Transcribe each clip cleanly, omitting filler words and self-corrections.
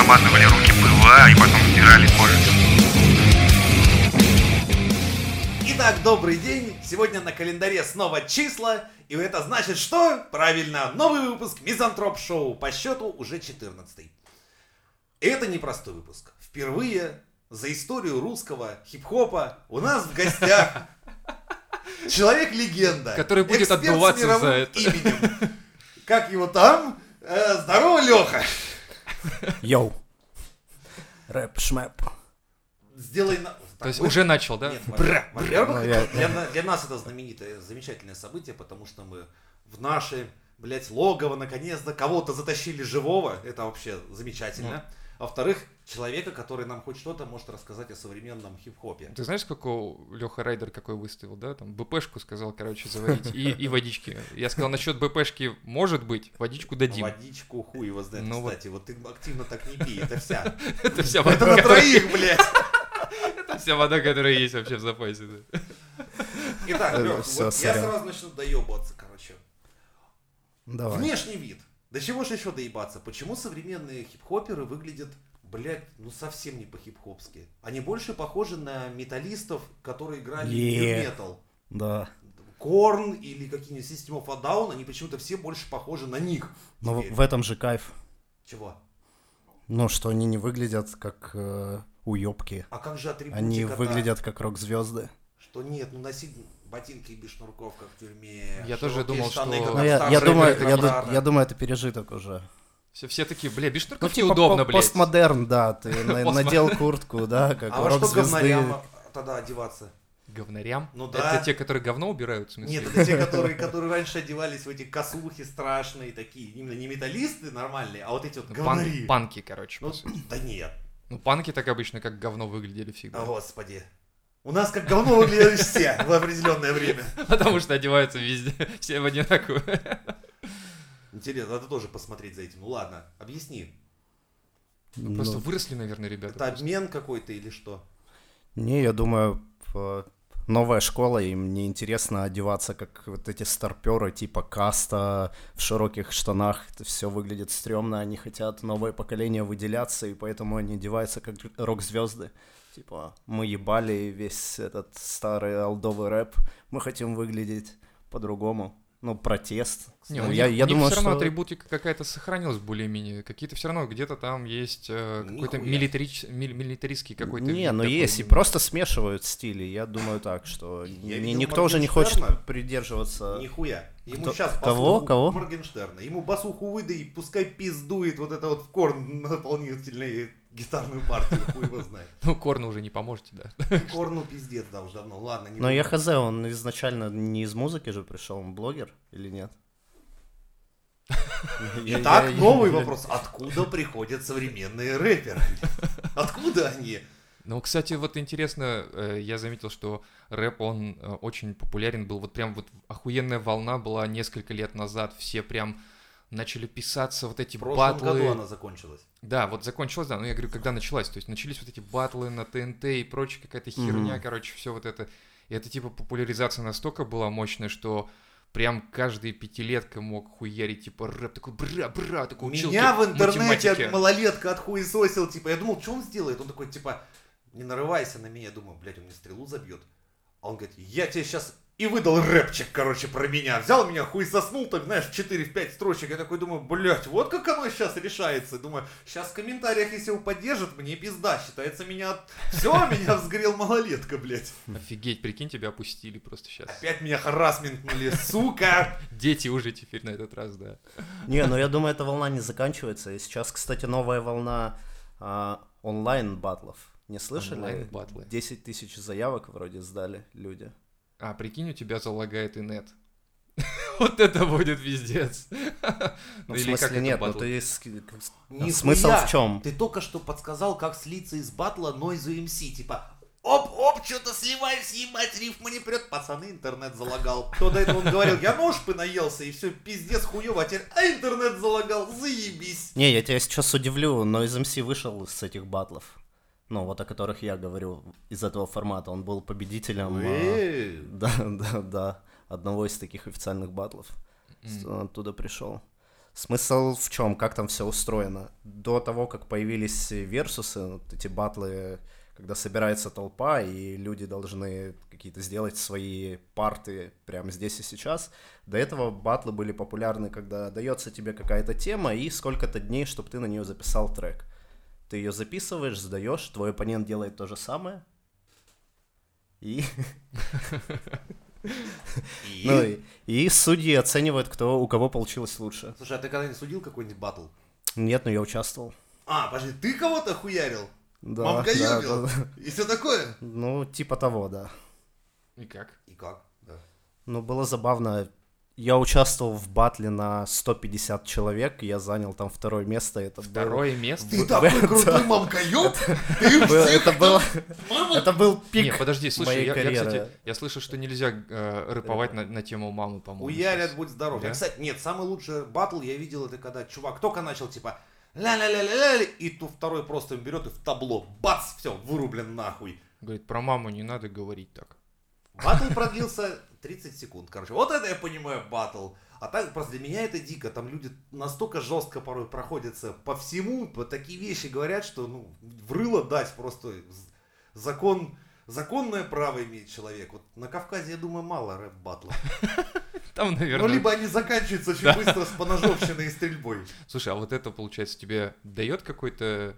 намазывали руки ПВА и потом стирали кожу. Итак, добрый день. Сегодня на календаре снова числа. И это значит, что? Правильно, новый выпуск Мизантроп Шоу. По счету уже 14-й. Это непростой выпуск. Впервые за историю русского хип-хопа у нас в гостях человек-легенда. Который будет эксперт с отдуваться мировым за это. именем. Как его там? Здорово, Леха. Йоу. Рэп-шмэп. Сделай... То есть уже начал, да? Нет, во-первых, Ну, для нас это знаменитое, замечательное событие, потому что мы в наше, логово наконец-то кого-то затащили живого, это вообще замечательно. Во-вторых, человека, который нам хоть что-то может рассказать о современном хип-хопе. Ты знаешь, сколько Леха Райдер какой выставил, да? Там БПшку сказал, заварить и водички. Я сказал, насчет БПшки может быть, водичку дадим. Водичку хуй его знает, Ну кстати. Вот ты активно так не пей, это вся. Это вся Это вода, на которая- троих, блядь. это вся вода, которая есть вообще в запасе. Да. Итак, Лёх, Всё, вот я сорян. сразу начну доебываться, короче. Давай. Внешний вид. До чего же еще доебаться? Почему современные хип-хоперы выглядят, блядь, ну совсем не по-хип-хопски? Они больше похожи на металлистов, которые играли метал. Да. Корн или какие-нибудь System of a Down, они почему-то все больше похожи на них. Но теперь. в этом же кайф. Чего? Ну, что они не выглядят как уёбки. А как же атрибутика? Они выглядят как рок-звезды. Что нет, ну носить ботинки без шнурков, как в тюрьме. Я тоже широкие думал, штаны, что- как Ну, в я старшей думаю, элементарно. я думаю, это пережиток уже. Все такие, бля, без Ну, шнурков типа неудобно, блядь. постмодерн, да. Ты надел куртку, да, как А во что рок-звезды. говнарям тогда одеваться? Говнарям? Ну да. Это те, которые говно убирают, в смысле? Нет, это те, которые раньше одевались в эти косухи страшные такие. Именно не металлисты нормальные, а вот эти вот говнари. Панки, короче. Ну, по сути. да нет. Ну, панки так обычно как говно выглядели О, всегда. господи. У нас как говно выглядели все в определенное время. Потому что одеваются везде, все в одинаково. Интересно, надо тоже посмотреть за этим. Ну ладно, объясни. Просто Ну, выросли, наверное, ребята. Это обмен какой-то или что? Не, я думаю, новая школа, им не интересно одеваться, как вот эти старпёры типа Каста в широких штанах. Это все выглядит стрёмно, они хотят новое поколение выделяться, и поэтому они одеваются как рок-звезды. Типа, мы ебали весь этот старый олдовый рэп, мы хотим выглядеть по-другому. Ну, протест. Не, Ну, у я них думаю, все равно что... атрибутика какая-то сохранилась более-менее. Какие-то все равно где-то там есть какой-то Нихуя. милитаристский какой-то Не, вид ну такой. есть, и просто смешивают стили. Я думаю так, что Я видел никто уже не хочет Моргенштерна. придерживаться... Нихуя. Ему Кто- сейчас кого? Моргенштерна. Ему басуху выдай, пускай пиздует вот это вот в корн наполнительную гитарную партию, хуй его знает. Ну, Корну уже не поможете, да. Корну пиздец, да, уже давно. Ладно, не Но я буду. хз, он изначально не из музыки же пришел, он блогер или нет? Итак, новый вопрос. Откуда приходят современные рэперы? Откуда они? Ну, кстати, вот интересно, я заметил, что рэп, он очень популярен был. Вот прям вот охуенная волна была несколько лет назад. Все прям начали писаться вот эти В прошлом батлы. году она закончилась. Да, вот закончилось, да, но я говорю, когда началась. То есть начались вот эти батлы на ТНТ и прочая какая-то херня, Мгм. короче, все вот это. И это типа популяризация настолько была мощная, что прям каждый пятилетка мог хуярить, типа рэп такой, бра, такой училки Меня в интернете математики. малолетка отхуесосил, типа, я думал, что он сделает? Он такой, типа, не нарывайся на меня. Я думаю, блядь, он мне стрелу забьет. А он говорит, я тебе сейчас... И выдал рэпчик, короче, про меня. Взял меня, хуй соснул, так, знаешь, в 4-5 строчек. Я такой думаю, блядь, вот как оно сейчас решается. Думаю, сейчас в комментариях, если его поддержат, мне пизда. Считается, меня... Все, меня взгрел малолетка, блядь. Офигеть, прикинь, тебя опустили просто сейчас. Опять меня харассментнули, сука. Дети уже теперь на этот раз, да. Не, ну я думаю, эта волна не заканчивается. И сейчас, кстати, новая волна онлайн-батлов. Не слышали? Онлайн-батлы. 10 тысяч заявок вроде сдали люди. А прикинь, у тебя залагает инет. Вот это будет пиздец. Ну, Или в смысле, как это нет, ну батл? ты... Нихуя. Смысл в чем? Ты только что подсказал, как слиться из батла Noise MC. Типа, оп, что-то сливаюсь, ебать, рифма не прет. Пацаны, интернет залагал. Кто до этого он говорил, я нож понаелся, и все, пиздец, хуёво, а теперь, интернет залагал, заебись. Не, я тебя сейчас удивлю, но из MC вышел с этих батлов. Ну, вот о которых я говорю, из этого формата. Он был победителем да, одного из таких официальных батлов. Оттуда пришел. Смысл в чем? Как там все устроено? До того, как появились версусы, вот эти батлы, когда собирается толпа, и люди должны какие-то сделать свои парты прямо здесь и сейчас, до этого батлы были популярны, когда дается тебе какая-то тема и сколько-то дней, чтобы ты на нее записал трек. Ты ее записываешь, сдаешь, твой оппонент делает то же самое, и... И судьи оценивают, у кого получилось лучше. Слушай, а ты когда-нибудь судил какой-нибудь батл? Нет, но я участвовал. Подожди, ты кого-то хуярил? Да, Мамкоёбил? да. И все такое? Ну, типа того, да. И как? И как? Да. Ну, было забавно. Я участвовал в батле на 150 человек, я занял там второе место. Это Второе место? Ты такой крутой мамкоёб? Ты всех... Это был пик Не, подожди, слушай, моей карьеры. кстати, я слышал, что нельзя рэповать на тему мамы, по-моему. Уярят, будь здоров. Да? Кстати, нет, самый лучший батл я видел, это когда чувак только начал, типа, ля-ля-ля-ля-ля, и тут второй просто берет и в табло, бац, все, вырублен нахуй. Говорит, про маму не надо говорить так. Батл продлился 30 секунд, короче. Вот это я понимаю батл. А так просто для меня это дико. Там люди настолько жестко порой проходятся по всему, по такие вещи говорят, что ну в рыло дать просто законное право имеет человек. Вот на Кавказе, я думаю, мало рэп-батлов. Там, Ну, наверное... либо они заканчиваются очень быстро с поножовщиной и стрельбой. Слушай, а вот это, получается, тебе дает какой-то,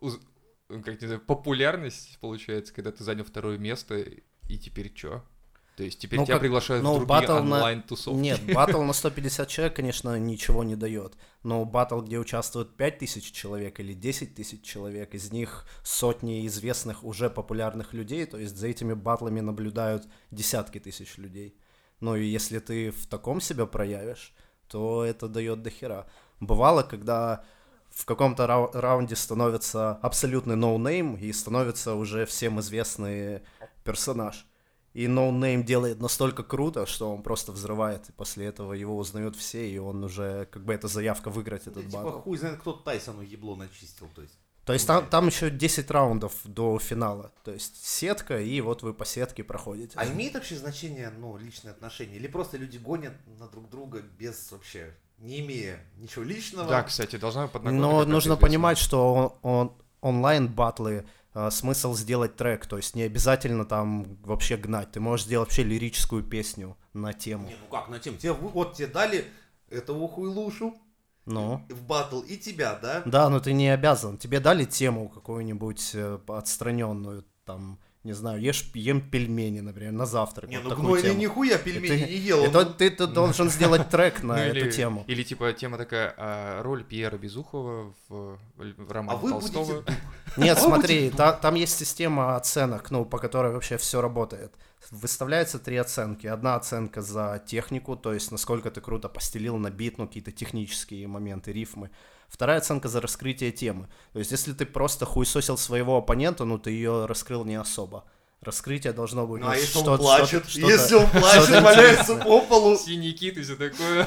как не знаю, популярность, получается, когда ты занял второе место, и теперь что? То есть теперь тебя приглашают в другие онлайн-тусовки? Нет, батл на 150 человек, конечно, ничего не дает. Но батл, где участвуют 5000 человек или 10 тысяч человек, из них сотни известных, уже популярных людей, то есть за этими батлами наблюдают десятки тысяч людей. Ну и если ты в таком себя проявишь, то это дает дохера. Бывало, когда в каком-то раунде становится абсолютный ноунейм и становится уже всем известный персонаж. И ноунейм делает настолько круто, что он просто взрывает, и после этого его узнают все, и он уже, как бы, это заявка выиграть этот батл. Типа хуй знает, кто Тайсону ебло начистил, то есть. То есть там еще 10 раундов до финала, то есть сетка, и вот вы по сетке проходите. А имеет вообще значение, ну, личные отношения? Или просто люди гонят на друг друга без вообще, не имея ничего личного? Да, кстати, должна быть подноготная. Но нужно понимать, что онлайн-батлы смысл сделать трек, то есть не обязательно там вообще гнать, ты можешь сделать вообще лирическую песню на тему. Не, ну как на тему? Тебе дали этого хуйлушу Ну? в батл и тебя, да? Да, но ты не обязан. Тебе дали тему какую-нибудь отстраненную, там, не знаю, ем пельмени, например, на завтрак. Не, вот ну такую гной тему. нихуя пельмени не ел. Это ты должен сделать трек на Ну, эту тему. Или типа тема такая, роль Пьера Безухова в романе вы Толстого. будете... Нет, смотри, там есть система оценок, ну, по которой вообще все работает. Выставляется 3 оценки. Одна оценка за технику, то есть насколько ты круто постелил на бит, ну, какие-то технические моменты, рифмы. Вторая оценка за раскрытие темы. То есть если ты просто хуесосил своего оппонента, ну, ты ее раскрыл не особо. Раскрытие должно быть... Ну, а если что-то- он плачет? что-то- Если он плачет, валяется по полу. Синий кит и все такое.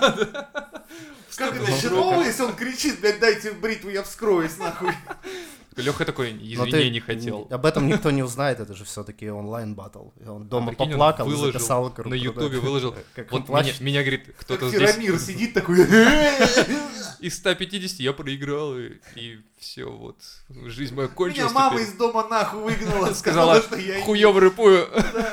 Как это херово, если он кричит, блядь, дайте бритву, я вскроюсь, нахуй. Леха такой, Но извини, ты не хотел. Об этом никто не узнает, это же все-таки онлайн-баттл. Он дома Прикинь, он поплакал, выложил записал на крутой- Ютубе, выложил. как он Вот плачет. меня, говорит, Как кто-то здесь Феромир сидит такой. из 150 я проиграл, и все, вот, жизнь моя Меня кончилась. мама теперь. из дома нахуй выгнала, Сказала, сказала, что я... хуёво рэпую.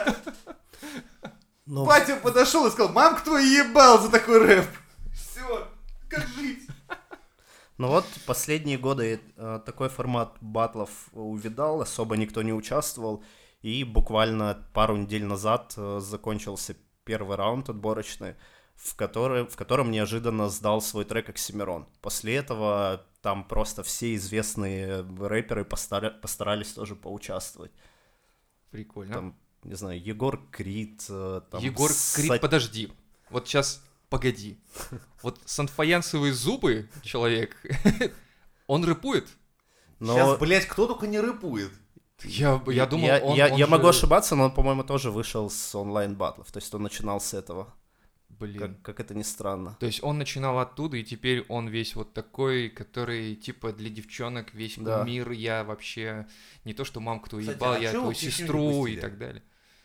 Ну, Батя подошел и сказал, мам, кто ебал за такой рэп? Все, как жить? Ну вот последние годы такой формат батлов увидал, особо никто не участвовал, и буквально пару недель назад закончился первый раунд отборочный, в котором неожиданно сдал свой трек Оксимирон. После этого там просто все известные рэперы постарались тоже поучаствовать. Прикольно. Там, не знаю, Егор Крид. Там Егор Крид, подожди. Вот сейчас, погоди. Вот санфаянсовые зубы человек, он рэпует? Но Сейчас, блядь, кто только не рэпует. Я думал, я же- могу ошибаться, но он, по-моему, тоже вышел с онлайн-батлов. То есть он начинал с этого. Блин. Как это ни странно. То есть он начинал оттуда, и теперь он весь вот такой, который типа для девчонок весь Да. мир, я вообще не то, что мамку твою Кстати, ебал, а я чё твою вы песню не сестру и пустили? так далее.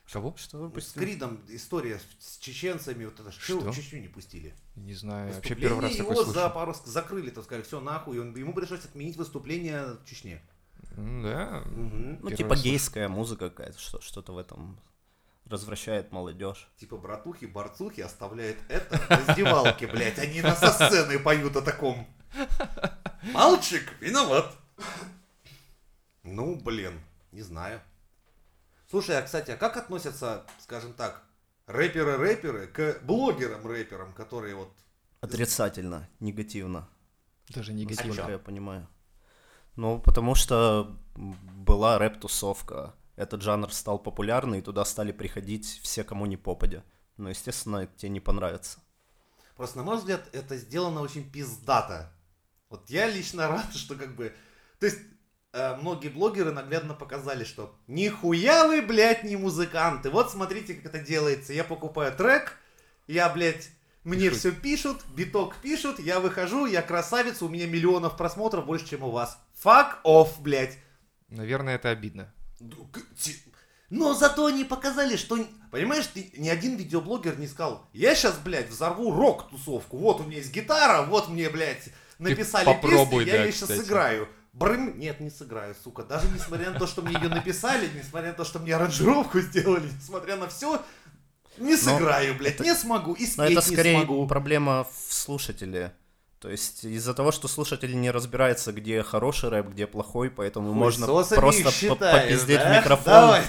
Кого? Что вы С пустили? Кридом история с чеченцами, вот это Что? Чечню не пустили. Не знаю, вообще Выступление первый раз такой его слышу. закрыли, так сказать, все нахуй, ему пришлось отменить выступление в Чечне. Да. Мгм. Ну, Первый типа раз слышу. гейская музыка какая-то, что-то в этом развращает молодежь. Типа братухи, борцухи оставляют это в раздевалке, блядь, они на со сцены поют о таком. Мальчик виноват. Ну, блин, не знаю. Слушай, кстати, а как относятся, скажем так, рэперы к блогерам-рэперам, которые вот... Отрицательно, негативно, Даже насколько негативно. я понимаю. Ну, потому что была рэп-тусовка. Этот жанр стал популярный, и туда стали приходить все, кому не попадя. Но, естественно, тебе не понравится. Просто, на мой взгляд, это сделано очень пиздато. Вот я лично рад, что как бы... То есть, многие блогеры наглядно показали, что нихуя вы, блядь, не музыканты. Вот смотрите, как это делается. Я покупаю трек, я, блядь, мне Пишут. все пишут, биток пишут, я выхожу, я красавица, у меня миллионов просмотров больше, чем у вас. Fuck off, блядь. Наверное, это обидно. Но зато они показали, что... Понимаешь, ни один видеоблогер не сказал, я сейчас, блядь, взорву рок-тусовку. Вот у меня есть гитара, вот мне, блядь, написали попробуй, песню, я да, ее сейчас кстати. сыграю. Брым, нет, не сыграю, сука. Даже несмотря на то, что мне ее написали, несмотря на то, что мне аранжировку сделали, несмотря на все, не сыграю, блядь, не смогу, и Но спеть это не скорее смогу. проблема в слушателе. То есть из-за того, что слушатель не разбирается, где хороший рэп, где плохой, поэтому можно Хуесосами просто их считаешь, попиздеть да? в микрофон. Давай.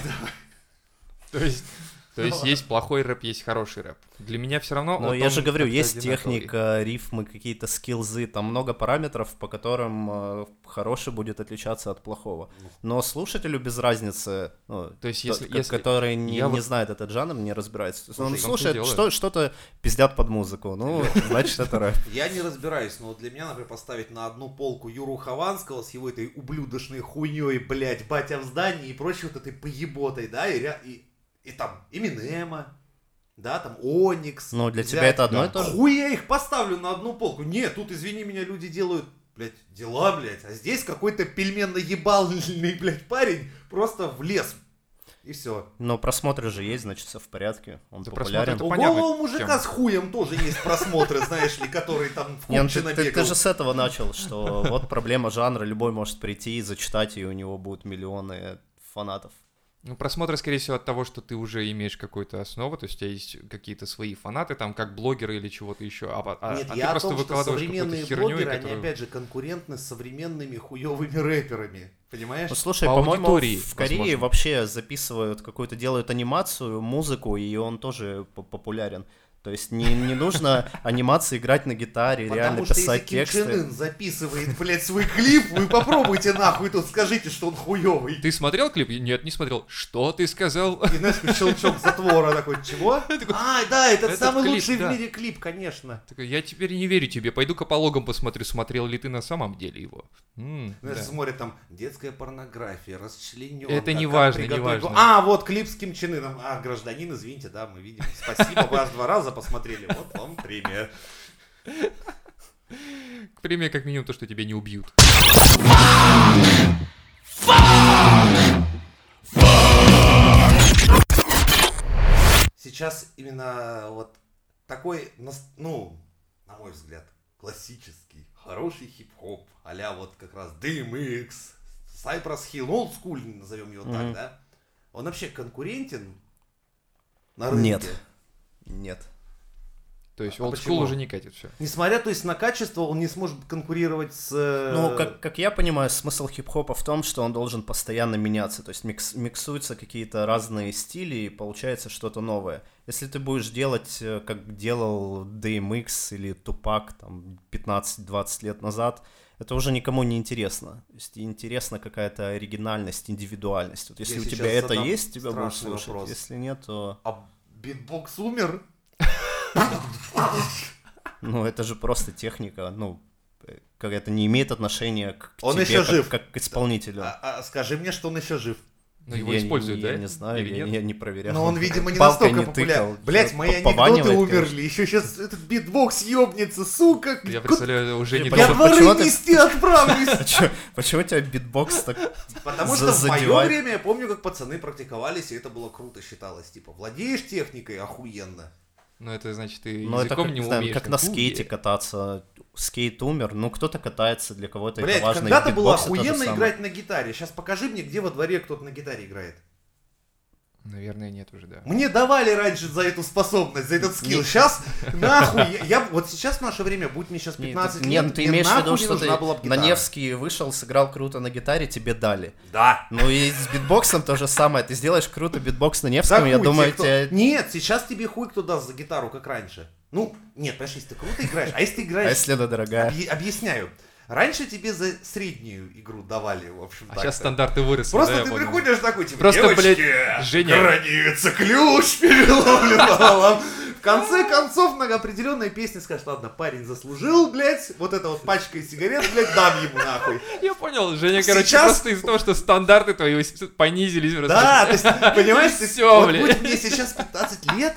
То есть есть плохой рэп, есть хороший рэп. Для меня все равно... Но вот я он же говорю, как-то есть одинаковый. техника, рифмы, какие-то скиллзы, там много параметров, по которым хороший будет отличаться от плохого. Но слушателю без разницы, ну, То есть тот, если который не я вот- знает этот жанр, не разбирается. Он в том-то и слушает, дело. что-то пиздят под музыку, ну, значит, это рэп. Я не разбираюсь, но вот для меня, например, поставить на одну полку Юру Хованского с его этой ублюдочной хуйней, блядь, батя в здании и прочей вот этой поеботой, да, и там Эминема, да, там Оникс. Ну, для взять. тебя это одно и то же? Хуй я их поставлю на одну полку. Нет, тут, извини меня, люди делают, блядь, дела, блядь, а здесь какой-то пельменно-ебальный, блядь, парень просто влез. И все. Но просмотры же есть, значит, все в порядке, он Да популярен. просмотры-то У понятно, голого мужика чем. с хуем тоже есть просмотры, знаешь ли, который там в Не, ну Купчино ты бегал. же с этого начал, что вот проблема жанра, любой может прийти и зачитать, и у него будут миллионы фанатов. Ну, просмотры, скорее всего, от того, что ты уже имеешь какую-то основу, то есть у тебя есть какие-то свои фанаты, там, как блогеры или чего-то еще, Нет, ты я о просто том, что выкладываешь современные какую-то херню, блогеры, они которую... опять же конкурентны с современными хуевыми рэперами. Понимаешь? Ну, слушай, По по-моему, аудитории, в Корее возможно. вообще записывают какую-то, делают анимацию, музыку, и он тоже популярен. То есть не нужно анимации играть на гитаре, реально Потому что писать если Ким Чен тексты. Ын записывает, блядь, свой клип, вы попробуйте нахуй тут, скажите, что он хуёвый. Ты смотрел клип? Нет, не смотрел. Что ты сказал? И знаешь, такой щелчок затвора такой, чего? А, да, этот Этот самый клип, лучший да. в мире клип, конечно. Такой, я теперь не верю тебе, пойду к апологам посмотрю, смотрел ли ты на самом деле его. Знаешь, Да. смотрят там детская порнография, расчленёнка. Это как не важно, не приготовить- важно. А, вот клип с Ким Чен Ыном. А, гражданин, извините, да, мы видим. Спасибо, вы аж 2 раза посмотрели. Вот вам премия. Премия как минимум то, что тебя не убьют. Сейчас именно вот такой, ну, на мой взгляд, классический, хороший хип-хоп, а-ля вот как раз DMX, Cypress Hill, ну, олдскульный, назовем его так, да? Он вообще конкурентен на рынке? Нет. Нет. То есть А олдскул почему? уже не катит все. Несмотря, то есть, на качество, он не сможет конкурировать с... Ну, как я понимаю, смысл хип-хопа в том, что он должен постоянно меняться. То есть миксуются какие-то разные стили, и получается что-то новое. Если ты будешь делать, как делал DMX или Тупак там 15-20 лет назад, это уже никому не интересно. То есть интересна какая-то оригинальность, индивидуальность. Вот если Я у сейчас тебя это задам есть, тебя будут страшный слушать. вопрос. Если нет, то... А битбокс умер? Ну, это же просто техника, ну, как это не имеет отношения к Он тебе, еще жив. как к исполнителю. Скажи мне, что он еще жив. Но его используют, да? Я не знаю, я не проверял. Но он, видимо, не настолько популярен. Блять, мои анекдоты умерли. Еще сейчас этот битбокс ёбнется, сука. Я представляю, уже не я дворы нести отправлюсь. Почему у тебя битбокс так Потому что в мое время, я помню, как пацаны практиковались, и это было круто считалось. Типа, владеешь техникой, охуенно. Ну, это значит, ты языком не умеешь. Как на скейте кататься. Скейт умер, ну кто-то катается, для кого-то это важно. Когда-то было охуенно играть на гитаре. Сейчас покажи мне, где во дворе кто-то на гитаре играет. Наверное, нет уже, да. Мне давали раньше за эту способность, за этот скилл. Сейчас, нахуй, вот сейчас в наше время, будь мне сейчас 15 лет, нет, ты имеешь в виду, что ты на Невский вышел, сыграл круто на гитаре, тебе дали. Да. Ну и с битбоксом то же самое. Ты сделаешь круто битбокс на Невском, я думаю, тебе... Нет, сейчас тебе хуй кто даст за гитару, как раньше. Ну, нет, понимаешь, если ты круто играешь, а если ты играешь... А если она дорогая? Объясняю. Раньше тебе за среднюю игру давали, в общем. А сейчас стандарты выросли. Просто ты приходишь такой, типа, просто, девочки, Женя, граница, ключ переломлен пополам. В конце концов, на определенной песне скажешь, ладно, парень заслужил, блядь, вот эта вот пачка сигарет, блядь, дам ему нахуй. Я понял, Женя, короче, просто из-за того, что стандарты твои понизились. Да, то есть, понимаешь, все, блядь. Вот мне сейчас 15 лет,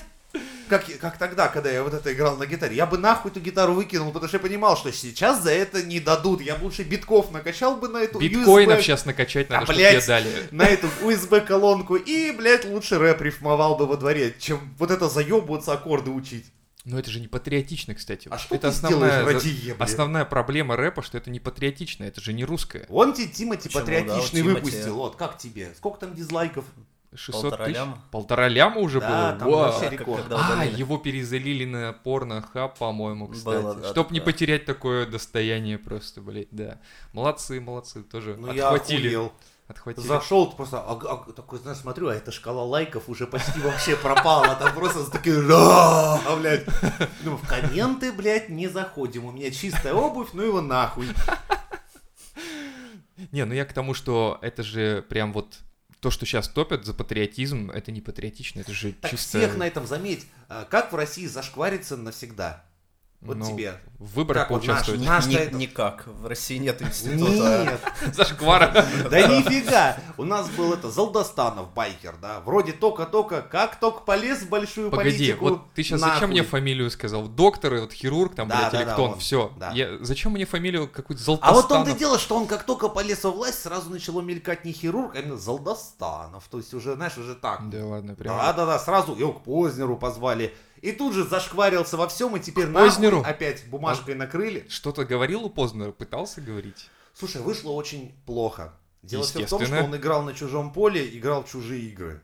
как тогда, когда я вот это играл на гитаре, я бы нахуй эту гитару выкинул, потому что я понимал, что сейчас за это не дадут. Я бы лучше битков накачал бы на эту биткоинов сейчас накачать надо, чтобы тебе дали. На эту USB-колонку и, блядь, лучше рэп рифмовал бы во дворе, чем вот это заебываться аккорды учить. Но это же не патриотично, кстати. А что это ты сделаешь ради ебли? Основная проблема рэпа, что это не патриотично, это же не русское. Вон тебе Тимати патриотичный выпустил, вот, как тебе? Сколько там дизлайков? 600 тысяч? 1,5 ляма уже да, было? Там вообще рекорд. Его перезалили на Порнохаб, по-моему, кстати. Было, да, чтоб не потерять такое достояние просто, блядь, да. Молодцы, тоже отхватили. Зашел просто, такой, знаешь, смотрю, а эта шкала лайков уже почти вообще пропала. Там просто такие, блядь. Ну, в комменты, блядь, не заходим. У меня чистая обувь, ну его нахуй. Не, ну я к тому, что это же прям вот... То, что сейчас топят за патриотизм, это не патриотично, это же так чисто... всех на этом заметь. Как в России зашквариться навсегда? Вот тебе. В выборах поучаствовать? Никак. В России нет института. Нет. Зашквара. Да нифига. У нас был Залдостанов, байкер, да. Вроде только-только, как только полез в большую политику. Погоди, вот ты сейчас зачем мне фамилию сказал? Доктор, вот хирург, там, блядь, или кто он, все. Зачем мне фамилию какую-то Залдостанов? А вот он-то дело, что он как только полез во власть, сразу начало мелькать не хирург, а именно Залдостанов. То есть уже, знаешь, уже так. Да ладно, прям. Да, сразу его к Познеру позвали. И тут же зашкварился во всем, и теперь Познеру опять бумажкой накрыли. Что-то говорил у Познера? Пытался говорить? Слушай, вышло очень плохо. Дело все в том, что он играл на чужом поле, играл в чужие игры.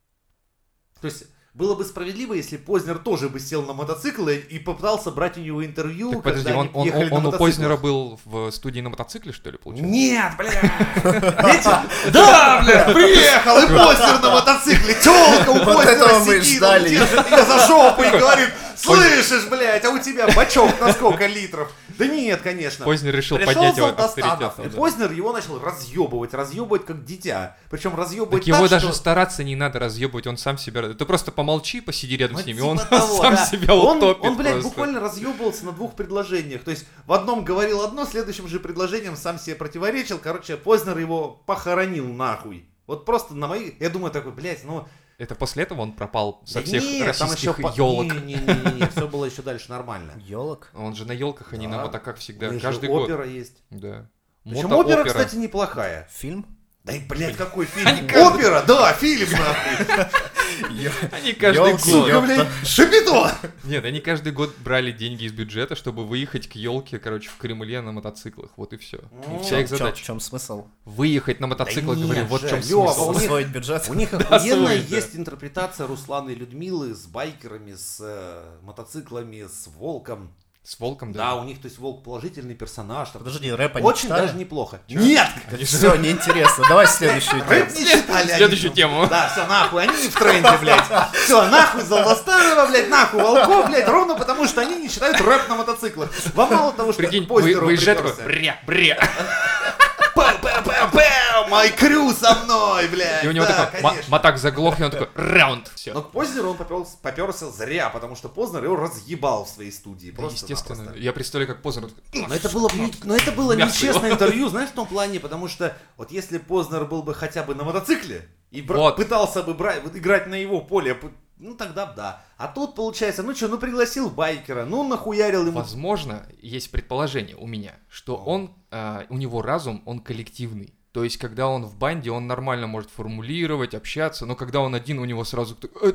То есть... Было бы справедливо, если Познер тоже бы сел на мотоцикл и попытался брать у него интервью. Так подожди, он у Познера был в студии на мотоцикле, что ли, получается? Нет, бля! Да, бля! Приехал, и Познер на мотоцикле, тёлка у Познера сидит, он тебя за жопу и говорит, слышишь, блядь, а у тебя бачок на сколько литров? Да нет, конечно. Познер решил поднять его авторитет. И Познер его начал разъебывать как дитя. Причем разъебывать так, его даже стараться не надо разъебывать, он сам себя... Ты просто помолчи, посиди рядом с ними, он сам себя утопит. Он, блядь, буквально разъебывался на 2 предложениях. То есть в одном говорил одно, следующим же предложением сам себе противоречил. Короче, Познер его похоронил нахуй. Вот просто на мои... Я думаю такой, блядь, ну... Это после этого он пропал со всех российских елок? Не, все было еще дальше нормально. Елок? Он же на елках, а не на мотоках всегда. У каждый год. Опера есть. Да. Причем опера, кстати, неплохая. Фильм? Да и, блядь, какой фильм? Опера, да, фильм, нахуй. Они каждый год... Сука, блядь, Шапито! Нет, они каждый год брали деньги из бюджета, чтобы выехать к елке, короче, в Кремле на мотоциклах. Вот и все. Вся их задача. В чем смысл? Выехать на мотоциклах, говорю, вот в чем Лёва, смысл. Освоить бюджет. У них охуенно есть интерпретация Руслана и Людмилы с байкерами, с мотоциклами, с волком. С волком, да? Да, у них, то есть, волк положительный персонаж. Подожди, рэпа не очень читали? Даже неплохо. Нет! Все, неинтересно. Давай следующую тему. Рэп не читали. Следующую тему. Да, все, нахуй, они не в тренде, блядь. Все, нахуй Залдостанова, блядь, нахуй волков, блядь, ровно потому, что они не читают рэп на мотоциклах. Вам мало того, что прикинь, Познеру выезжает приперся. такой, мой крю со мной, блядь. И у него такой мотак заглох, и он такой, раунд. Но к Познеру он поперся зря, потому что Познер его разъебал в своей студии. Естественно. Я представляю, как Познер... Но это было нечестное интервью, знаешь, в том плане, потому что вот если Познер был бы хотя бы на мотоцикле, И пытался бы играть на его поле, ну тогда да. А тут получается, пригласил байкера, нахуярил ему. Возможно, есть предположение у меня, что у него разум, он коллективный. То есть, когда он в банде, он нормально может формулировать, общаться, но когда он один, у него сразу...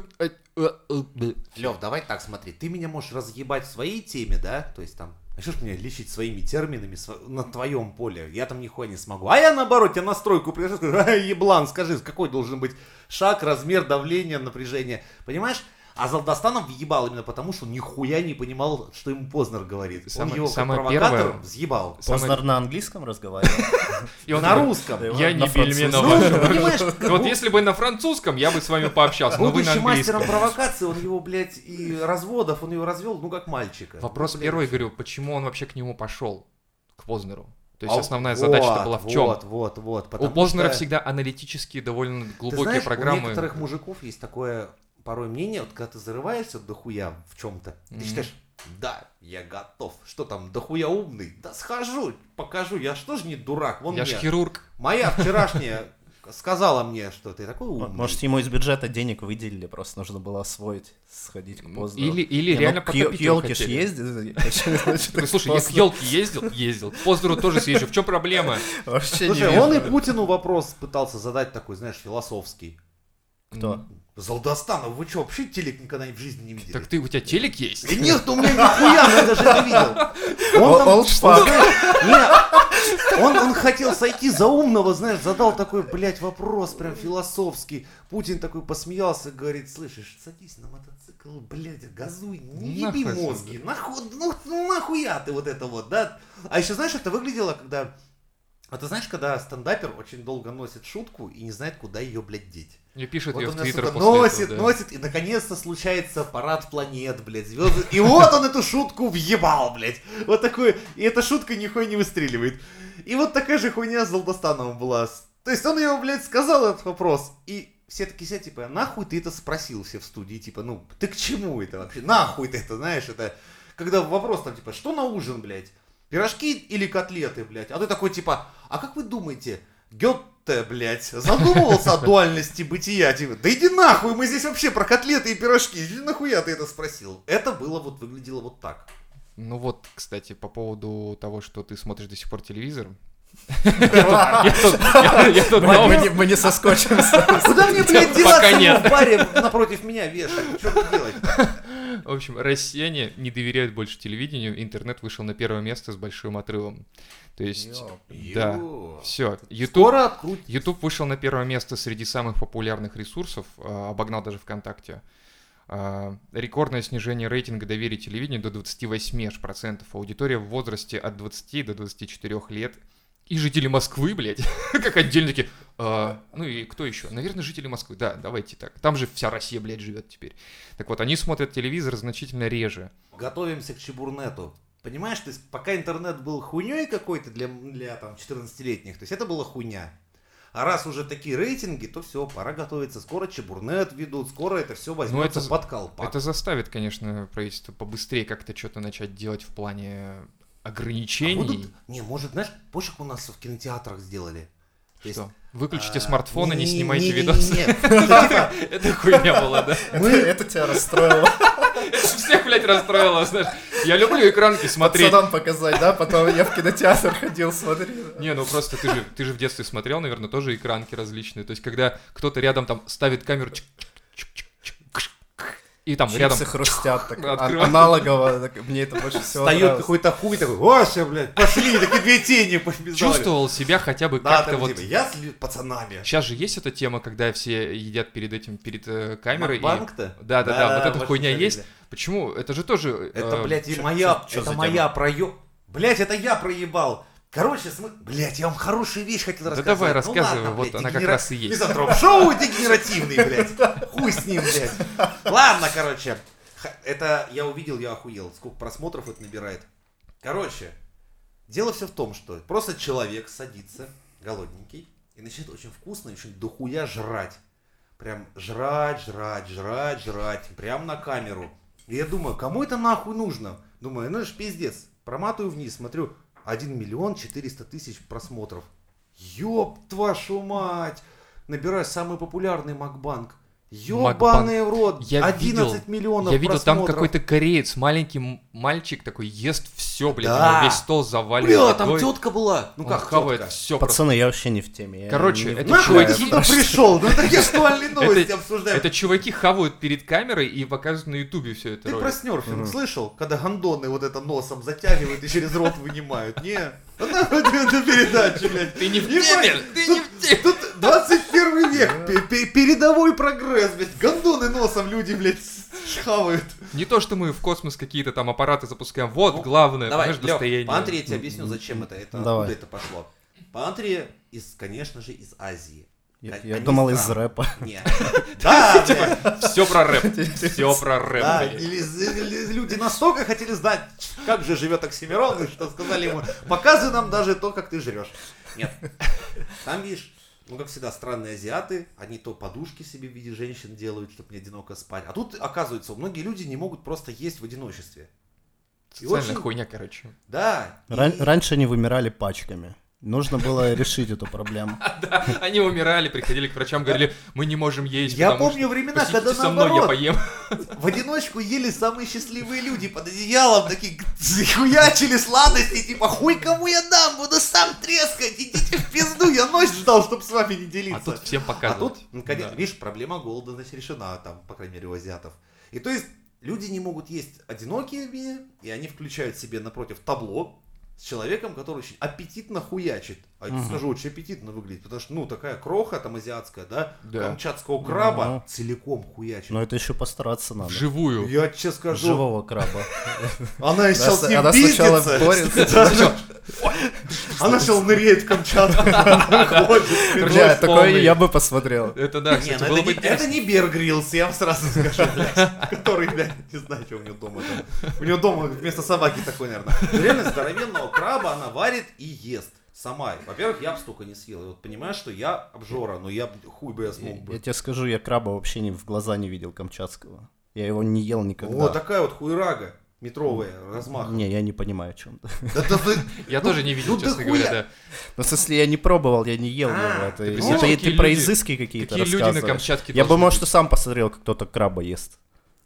Лёв, давай так смотри, ты меня можешь разъебать в своей теме, да? То есть там, начнешь меня лечить своими терминами на твоем поле, я там нихуя не смогу. А я наоборот, тебя на стройку пришлю, скажу, еблан, скажи, какой должен быть шаг, размер, давление, напряжение, понимаешь? А Золдостанов въебал именно потому, что он нихуя не понимал, что ему Познер говорит. Он его как провокатор взъебал. Познер на английском разговаривал? И он на русском. Я не бельменовый. Вот если бы на французском, я бы с вами пообщался, но вы на английском. Будучи мастером провокации, он его, блядь, и разводов, он его развел, как мальчика. Вопрос первый, говорю, почему он вообще к нему пошел, к Познеру? То есть основная задача-то была в чем? Вот. У Познера всегда аналитические, довольно глубокие программы. У некоторых мужиков есть такое... Порой мнение, вот когда ты зарываешься дохуя в чем-то, ты считаешь, да, я готов. Что там, дохуя умный? Да схожу, покажу, я что ж не дурак. Я ж хирург. Моя вчерашняя сказала мне, что ты такой умный. Может, ему из бюджета денег выделили, просто нужно было освоить, сходить к Познеру. Или реально к елке ж ездил. Слушай, я к елке ездил. К Познеру тоже съезжу. В чем проблема? Слушай, он и Путину вопрос пытался задать такой, знаешь, философский. Кто? Золдостанов, вы что, вообще телек никогда в жизни не видели? Так у тебя телек есть? Нет, у меня нихуя, я даже это видел. Он хотел сойти за умного, знаешь, задал такой, блядь, вопрос прям философский. Путин такой посмеялся, говорит, слышишь, садись на мотоцикл, блядь, газуй, не еби мозги, нахуя ты вот это вот, да? А еще знаешь, это выглядело, когда... А ты знаешь, когда стендапер очень долго носит шутку и не знает, куда ее, блядь, деть. И пишет вот ее в Твиттер после этого, носит, и наконец-то случается парад планет, блядь, звезды. И вот он эту шутку въебал, блядь. Вот такой, и эта шутка нихуя не выстреливает. И вот такая же хуйня с Золдостановым была. То есть он его, блядь, сказал этот вопрос, и все такие сидят, типа, нахуй ты это спросил все в студии, типа, ты к чему это вообще? Нахуй ты это, знаешь, это... Когда вопрос там, типа, что на ужин, блядь? Пирожки или котлеты, блядь? А ты такой, типа, а как вы думаете, Гёте, блядь, задумывался о дуальности бытия? Типа, да иди нахуй, мы здесь вообще про котлеты и пирожки. Иди нахуя ты это спросил? Это было вот, выглядело вот так. Ну вот, кстати, по поводу того, что ты смотришь до сих пор телевизор. Мы не соскочимся. Куда мне, блядь, деваться в баре напротив меня вешать? Что мне делать? В общем, россияне не доверяют больше телевидению, интернет вышел на первое место с большим отрывом. То есть, да, все. YouTube вышел на первое место среди самых популярных ресурсов, обогнал даже ВКонтакте. Рекордное снижение рейтинга доверия телевидению до 28%. Аудитория в возрасте от 20 до 24 лет. И жители Москвы, блядь, как отдельно такие, ну и кто еще? Наверное, жители Москвы, да, давайте так. Там же вся Россия, блядь, живет теперь. Так вот, они смотрят телевизор значительно реже. Готовимся к чебурнету. Понимаешь, то есть пока интернет был хуйней какой-то для там 14-летних, то есть это была хуйня. А раз уже такие рейтинги, то все, пора готовиться. Скоро чебурнет ведут, скоро это все возьмется под колпак. Это заставит, конечно, правительство побыстрее как-то что-то начать делать в плане... ограничений. Может, знаешь, позже у нас в кинотеатрах сделали. Что? Выключите смартфоны, не снимайте видосы. Это хуйня была, да? Это тебя расстроило. Это всех, блядь, расстроило, знаешь. Я люблю экранки смотреть. Пацанам показать, да? Потом я в кинотеатр ходил, смотрел. Не, ну просто ты же в детстве смотрел, наверное, тоже экранки различные. То есть, когда кто-то рядом там ставит камеру, и там чипсы рядом хрустят, так, аналогово, так, мне это больше всего встает нравится. Какой-то хуй такой, Вася, блядь, пошли, такие две тени побежали. Чувствовал себя хотя бы как-то вот... Я с пацанами. Сейчас же есть эта тема, когда все едят перед камерой. Макбанк-то? Да, вот эта хуйня есть. Почему? Это же тоже... Это, блядь, моя проеб... Блядь, это я проебал. Короче, блядь, я вам хорошую вещь хотел рассказать. Да давай, рассказывай, вот блядь, она как раз и есть. Мизантроп-шоу дегенеративный, блядь. Хуй с ним, блядь. Ладно, короче. Это я увидел, я охуел. Сколько просмотров это набирает. Короче, дело все в том, что просто человек садится, голодненький, и начинает очень вкусно, очень дохуя жрать. Прям жрать. Прям на камеру. И я думаю, кому это нахуй нужно? Думаю, ну это ж пиздец. Проматываю вниз, смотрю. 1 400 000 просмотров. Ёб твою мать! набирай самый популярный Макбанк. Ёбаный в рот, 11 миллионов Я видел, просмотров. там какой-то кореец, маленький мальчик такой, ест все, блядь, Да. у него весь стол завален. Бля, там тетка была. Ну Он как хавает тетка? все. Пацаны, я вообще не в теме. Короче, это Нахуй ты чуваки- сюда пришел? Ну такие актуальные новости обсуждаем. Это чуваки хавают перед камерой и показывают на ютубе все это. Ты ролик. про снерфинг слышал? Когда гондоны вот это носом затягивают и через рот вынимают? Не. Вот нахуй ты эту передачу, блядь. Ты не в Ебать, теме! Ты не в теме! Тут 21 век, передовой прогресс, блядь. Гондоны носом люди, блядь, хавают. Не то, что мы в космос какие-то там аппараты запускаем. Вот главное, Давай, понимаешь, Лёх, достояние. по Антре я тебе объясню, зачем это, Давай. откуда это пошло. По Антре, конечно же, из Азии. Я Они думал из странные. рэпа. Нет. Да, блядь. Все про рэп. Все про рэп. Да, блядь. или люди настолько хотели знать, как же живет Оксимирон, что сказали ему, показывай нам даже то, как ты жрешь. Нет. Там, видишь, ну, как всегда, странные азиаты, они то подушки себе в виде женщин делают, чтобы не одиноко спать. А тут, оказывается, многие люди не могут просто есть в одиночестве. И Социальная очень- хуйня, короче. Да. Раньше они вымирали пачками. Нужно было решить эту проблему. Да, они умирали, приходили к врачам, говорили, мы не можем есть, Я потому помню что времена, посидите когда со мной, я наоборот. поем. В одиночку ели самые счастливые люди под одеялом, такие хуячили сладости, типа хуй кому я дам, буду сам трескать, идите в пизду, я ночь ждал, чтобы с вами не делиться. А тут всем А показывают. тут, ну, конечно, Да. видишь, проблема голода, значит, решена там, по крайней мере, у азиатов. И то есть люди не могут есть одинокими, и они включают себе напротив табло с человеком, который очень аппетитно хуячит. А я скажу, очень аппетитно выглядит, потому что, ну, такая кроха там азиатская, да, Да. камчатского краба Ну. целиком хуячит. Но это еще постараться надо. Вживую. Я тебе скажу, Живого краба. она еще с ним Она сначала пиздится. борется. Она сначала ныряет в Камчатку. ходит. Кровь Бля, такое полный. я бы посмотрел. Это да, Не, кстати, ну было это бы не- это не Бер Гриллс, я вам сразу скажу, блядь. Который, блядь, не знаю, что у него дома там. У него дома вместо собаки такой, наверное. Реально здоровенного краба она варит и ест. Сама. Во-первых, я бы столько не съел. И вот понимаешь, что я обжора, но я хуй бы я смог Я бы. тебе скажу, я краба вообще в глаза не видел камчатского. Я его не ел никогда. Вот такая вот хуйрага метровая, размахом. Не, я не понимаю, о чем. Я тоже не видел, ну честно да говоря, хуя. да. Ну, в смысле, я не пробовал, я не ел его. Это представляешь, это какие ты про люди- изыски какие-то какие люди на рассказываешь. Камчатке Я бы, должны может, быть. и сам посмотрел, как кто-то краба ест.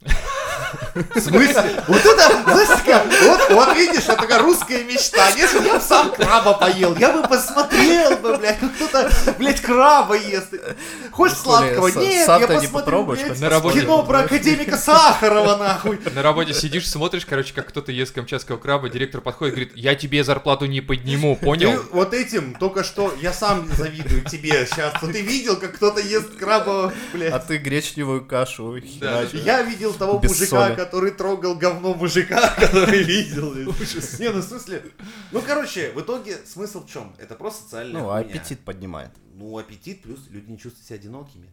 В смысле? Вот это, знаешь, такая, вот видишь, это такая русская мечта. Если бы я сам краба поел, я бы посмотрел бы, блядь, как кто-то, блядь, краба ест. Хочешь сладкого? Нет, сам я ты не посмотрю, попробуешь, блядь, как на работе. кино про академика Сахарова, нахуй. На работе сидишь, смотришь, короче, как кто-то ест камчатского краба, директор подходит и говорит, я тебе зарплату не подниму, Ты понял? вот этим только что, я сам завидую тебе сейчас. Вот ты видел, как кто-то ест краба, А блядь. ты гречневую кашу херачишь. Я видел того Без мужика, соли. который трогал говно мужика, который видел. Не, ну в смысле. Ну, короче, в итоге смысл в чем? Это просто социальная Ну, хуйня. аппетит поднимает. Ну, аппетит плюс люди не чувствуют себя одинокими.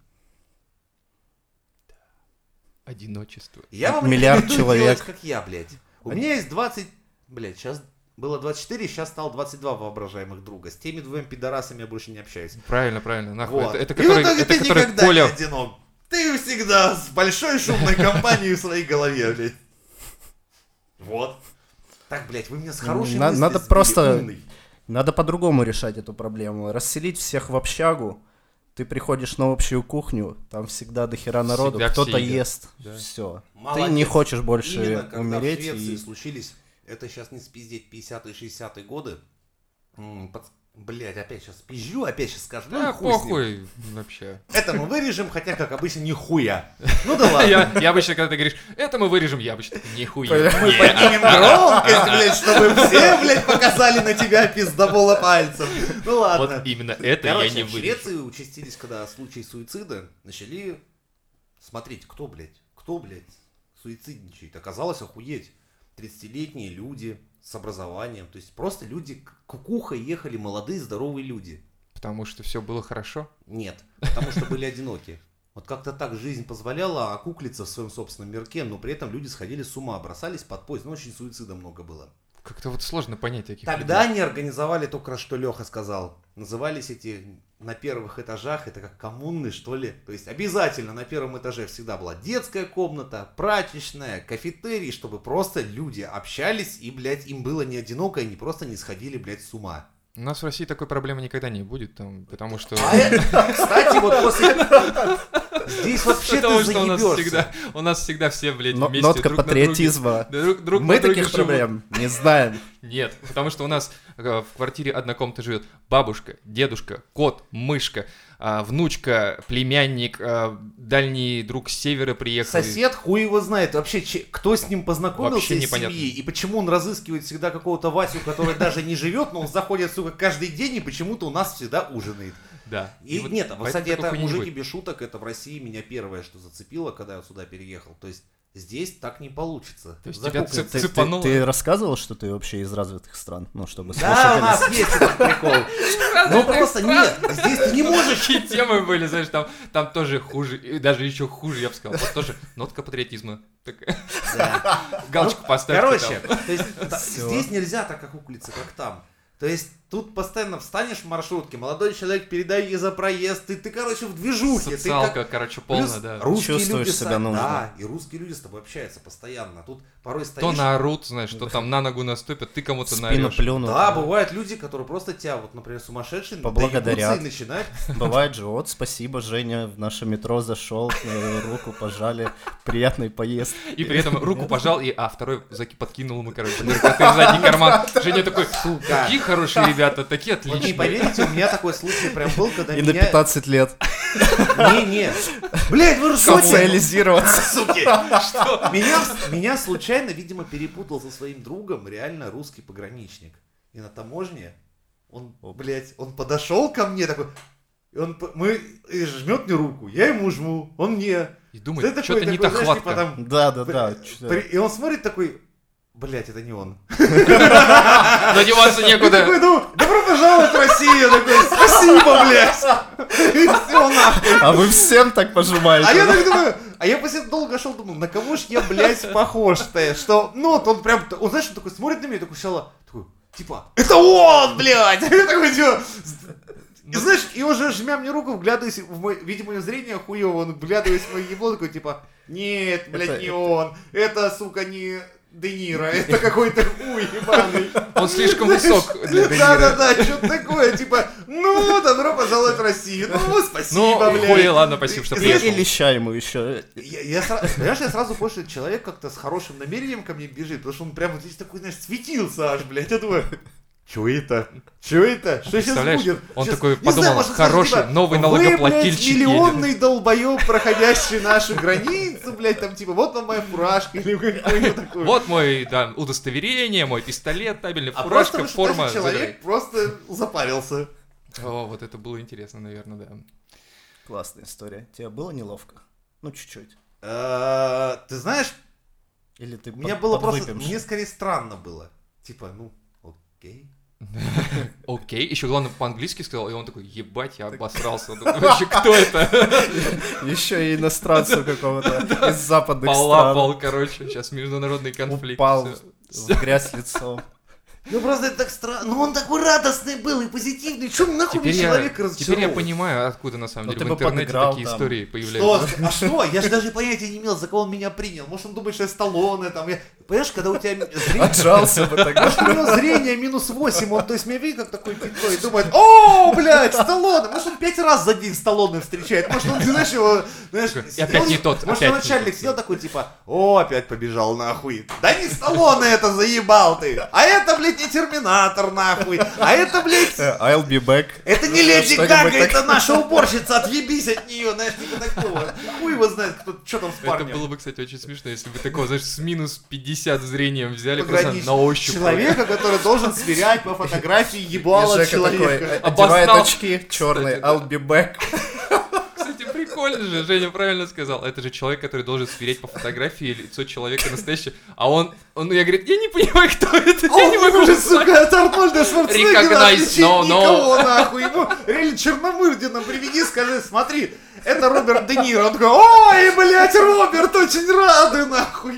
Одиночество. Я вам Миллиард рекомендую человек. делать, как я, блядь. У меня есть 20, блядь, сейчас было 24, сейчас стало 22 воображаемых друга. С теми двумя пидорасами я больше не общаюсь. Правильно, правильно. Нахуй. Вот. Это И в который, итоге это ты который никогда Коля... не одинок. Ты всегда с большой шумной компанией в своей голове, блядь. Вот. Так, блядь, вы меня с хорошей мыслью Надо сбили, просто- умный. Надо по-другому решать эту проблему. Расселить всех в общагу. Ты приходишь на общую кухню, там всегда дохера народу, Всегда кто-то все едят. ест. Да. Все. Ты Молодец. не хочешь больше Именно когда умереть. в Швеции и- случились, это сейчас не спиздеть 50-е, 60-е годы. Блять, опять сейчас пизжу, опять сейчас скажу. Ну, Да, хуй с ним. похуй вообще. Это мы вырежем, хотя, как обычно, нихуя. Ну да ладно. Я обычно, когда ты говоришь, это мы вырежем, я обычно такой, нихуя. Мы поднимем громкость, блядь, чтобы все, блядь, показали на тебя пиздобола пальцем. Ну ладно. Вот именно это я Короче, не в вырежу. Швеции участились, когда случаи суицида, начали смотреть, кто, блядь, суицидничает. Оказалось, охуеть. 30-летние люди с образованием, то есть просто люди, кукухой ехали молодые, здоровые люди. Потому что все было хорошо. Нет, потому что были одиноки. Вот как-то так жизнь позволяла окуклиться в своем собственном мирке, но при этом люди сходили с ума, бросались под поезд, ну очень суицида много было. Как-то вот сложно понять таких Тогда людей. они организовали то, про что Леха сказал. Назывались эти на первых этажах, это как коммуны, что ли. То есть обязательно на первом этаже всегда была детская комната, прачечная, кафетерий, чтобы просто люди общались и, блядь, им было не одиноко, и они просто не сходили, блядь, с ума. У нас в России такой проблемы никогда не будет, там, потому что... Кстати, вот после... Здесь вообще ты заебёшься. У нас всегда все, блядь, вместе Нотка патриотизма. Мы таких проблем не знаем. Нет, потому что у нас в квартире одна комната живет бабушка, дедушка, кот, мышка, внучка, племянник, дальний друг с севера приехал. Сосед хуй его знает. Вообще, кто с ним познакомился из семьи, и почему он разыскивает всегда какого-то Васю, который даже не живет, но он заходит, сука, каждый день и почему-то у нас всегда ужинает. Да. И вот нет, кстати, это мужики без шуток, это в России меня первое, что зацепило, когда я сюда переехал. То есть здесь так не получится. То есть тебя цепануло? Ты рассказывал, что ты вообще из развитых стран? Ну, чтобы да, у нас есть этот прикол. Ну просто нет, здесь ты не можешь. Какие темы были, знаешь, там тоже хуже, и даже еще хуже, я бы сказал. Вот тоже нотка патриотизма. Галочку поставь. Короче, здесь нельзя так окуклиться, как там. То есть тут постоянно встанешь в маршрутке, молодой человек, передай ей за проезд, ты короче, в движухе. Социалка, короче, полная, да. Чувствуешь себя нужно. Да, и русские люди с тобой общаются постоянно. Тут порой стоишь... То наорут, знаешь, что там на ногу наступят, ты кому-то спину наорешь. плюнут. Да, бывают люди, которые просто тебя, вот, например, сумасшедшие, поблагодарят. И начинают... Бывает же, вот, спасибо, Женя, в наше метро зашел, руку пожали, приятной поездки. И при этом руку пожал, второй подкинул ему, короче, наркоты в задний карман. Женя такой, какие хорошие ребята, такие отличные. Вот не поверите, у меня такой случай прям был, когда и на 15 лет. Не. Блядь, вы что? Социализироваться. Суки. Что? Меня случайно, видимо, перепутал со своим другом реально русский пограничник. И на таможне он подошел ко мне такой, и жмет мне руку, я ему жму, он мне. И думает, что-то не так хватка. Да. И он смотрит такой, блять, это не он. Надеваться некуда. Я такой, добро пожаловать в Россию. Такой, спасибо, блядь. И все нахуй. А вы всем так пожимаете? А я так думаю, я после этого долго шел, думал, на кого ж я, блядь, похож-то? Что, он прям, он, знаешь, он такой смотрит на меня, такой сначала, типа, это он, блядь. Я такой, типа... И знаешь, и уже жмя мне руку, вглядываясь в мой, видимо, зрение хуёво, он вглядываясь в мое ебло, такой, типа, нет, блядь, не он. Это, сука, не... Де Ниро, это какой-то хуй ебаный. Он слишком высок для Де Ниро. Да, что-то такое, типа, добро пожаловать в Россию, спасибо, блядь. Хуй, ладно, спасибо, что приехал. И леща ему еще. Понимаешь, я сразу понял, что человек как-то с хорошим намерением ко мне бежит, потому что он прямо здесь такой, знаешь, светился аж, блядь, я думаю... Чё это? Что сейчас будет? Он такой подумал, хороший, новый налогоплательщик едет. Вы, блядь, миллионный долбоёб, проходящий нашу границу, блядь, там типа, вот вам моя фуражка или какой-нибудь такой. Вот мой, удостоверение, мой пистолет, табельная фуражка, форма. Человек просто запарился. О, вот это было интересно, наверное, да. Классная история. Тебе было неловко? Ну, чуть-чуть. Ты знаешь, или ты мне было просто, мне скорее странно было. Типа, окей. Окей, еще главное по-английски сказал, и он такой, ебать, я обосрался. Вообще, кто это? Еще и иностранца какого-то из западных стран. Полапал, короче, сейчас международный конфликт. Упал в грязь лицом. Просто это так странно. Он такой радостный был и позитивный. Чё нахуй мне человека разочаровывать? Теперь я понимаю, откуда на самом деле в интернете такие истории появляются. Что? Я же даже понятия не имел, за кого он меня принял. Может, он думает, что я Сталлоне там. Понимаешь, когда у тебя зрение... Отжался бы тогда. Может, у него зрение -8, он, то есть, меня видит как такой пинтой и думает, о, блядь, Сталлоне. Может, он 5 раз за день Сталлоне встречает. Может, он, знаешь, его... И опять не тот. Может, начальник сидел такой, типа, опять побежал нахуй. Да не Сталлоне это, заебал ты. А это, блядь, не Терминатор, нахуй. А это, блядь... I'll be back. Это не Леди Гага, это наша уборщица, отъебись от нее, знаешь, типа такого. Хуй его знает, что там с парнем. Это было бы, кстати, очень смешно, если бы такого, знаешь, с минус 50 зрением взяли просто на ощупь. Человека, который должен сверять по фотографии ебала человека. Одевает очки черные, I'll be back. Прикольно же, Женя правильно сказал. Это же человек, который должен сверять по фотографии лицо человека настоящее. А я говорю, я не понимаю, кто это. Я не могу уже, сука, от Арнольда Шварценеггера отличить никого, нахуй. Реально Черномырдина приведи, скажи, смотри, это Роберт Де Ниро. Он такой, ой, блядь, Роберт, очень рады, нахуй.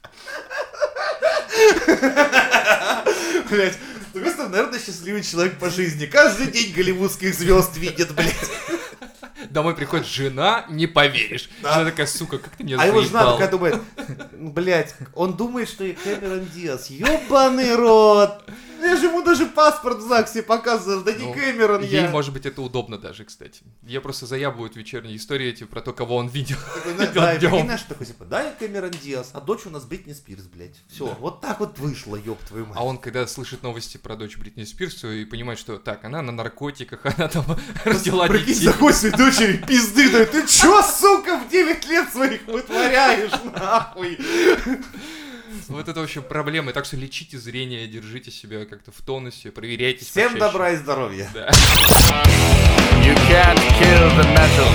Блядь, с другой стороны, наверное, счастливый человек по жизни. Каждый день голливудских звезд видит, блядь. Домой приходит жена, не поверишь. Да. Жена такая, сука, как ты меня заебал. А его жена такая думает, блядь, он думает, что я Кэмерон Диаз. Ёбаный рот. Я же ему даже паспорт в ЗАГСе показывал, да не Кэмерон я. Ей, может быть, это удобно даже, кстати. Я просто заябываю вечерние истории типа, про то, кого он видел. Да, и знаешь, такой, типа, да, Кэмерон Диас, а дочь у нас Бритни Спирс, блядь. Все, вот так вот вышло, ёб твою мать. А он, когда слышит новости про дочь Бритни Спирс, и понимает, что так, она на наркотиках, она там родила детей. Прикинь, заходит своей дочери, пизды, да ты чё, сука, в 9 лет своих вытворяешь, нахуй? Вот это вообще проблема. Так что лечите зрение, держите себя как-то в тонусе, проверяйтесь. Всем почаще. добра и здоровья. Да. You can't kill the metal.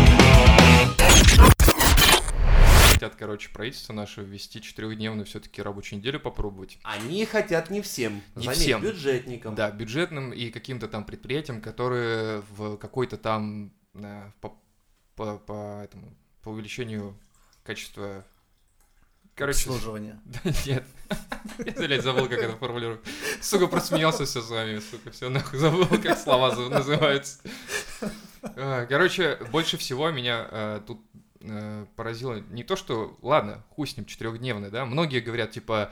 Хотят, короче, правительство наше ввести 4-дневную все-таки рабочую неделю попробовать. Они хотят не всем. Не Заметь, всем. бюджетникам. Да, бюджетным и каким-то там предприятиям, которые в какой-то там по увеличению качества. Короче, обслуживание. Да нет. Я, блядь, забыл, как это формулировать. Сука, просто смеялся все с вами, сука, все нахуй забыл, как слова называются. Короче, больше всего меня тут поразило не то, что, ладно, хуй с ним, 4-дневный, да, многие говорят, типа,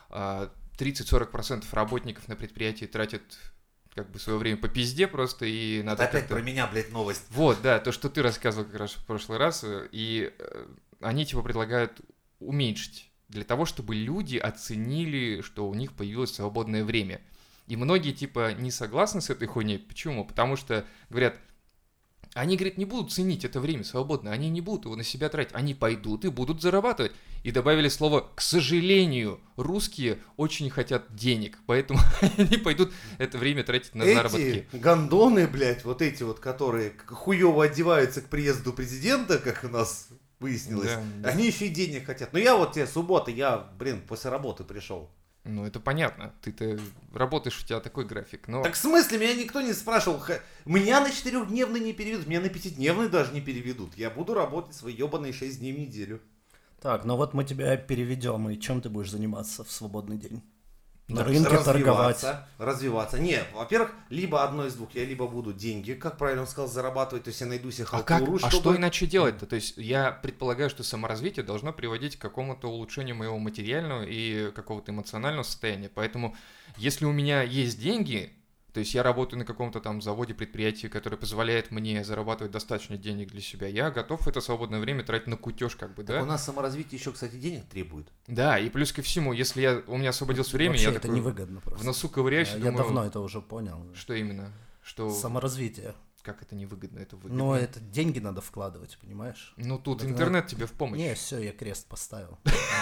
30-40% работников на предприятии тратят как бы свое время по пизде просто, и надо опять как-то... про меня, блядь, новость. Вот, да, то, что ты рассказывал как раз в прошлый раз, и они, типа, предлагают уменьшить для того, чтобы люди оценили, что у них появилось свободное время. И многие, типа, не согласны с этой хуйней. Почему? Потому что, говорят, они, говорит, не будут ценить это время свободное, они не будут его на себя тратить, они пойдут и будут зарабатывать. И добавили слово «к сожалению». Русские очень хотят денег, поэтому они пойдут это время тратить на заработки. Эти гондоны, блядь, вот эти вот, которые хуёво одеваются к приезду президента, как у нас выяснилось, да. Они еще и денег хотят. Ну я вот тебе суббота, я, после работы пришел. Ну, это понятно. Ты-то работаешь, у тебя такой график. Но... Так в смысле, меня никто не спрашивал. Меня на 4-дневный не переведут, меня на 5-дневный даже не переведут. Я буду работать свои ебаные 6 дней в неделю. Так, ну вот мы тебя переведем, и чем ты будешь заниматься в свободный день? На рынке торговать. Развиваться. Не, во-первых, либо одно из двух. Я либо буду деньги, как правильно он сказал, зарабатывать, то есть я найду себе халтуру. А что иначе делать-то? То есть я предполагаю, что саморазвитие должно приводить к какому-то улучшению моего материального и какого-то эмоционального состояния. Поэтому, если у меня есть деньги, то есть я работаю на каком-то там заводе, предприятии, которое позволяет мне зарабатывать достаточно денег для себя, я готов это свободное время тратить на кутеж, как бы, да? Так у нас саморазвитие еще, кстати, денег требует. Да, и плюс ко всему, если у меня освободилось время, вообще я это такой невыгодно просто. в носу ковыряюсь и Я думаю... давно это уже понял. Что именно? Что... Саморазвитие. Как это невыгодно? Это выгодно. Ну, это деньги надо вкладывать, понимаешь? Ну, тут Это интернет тебе в помощь. Не, все, я крест поставил.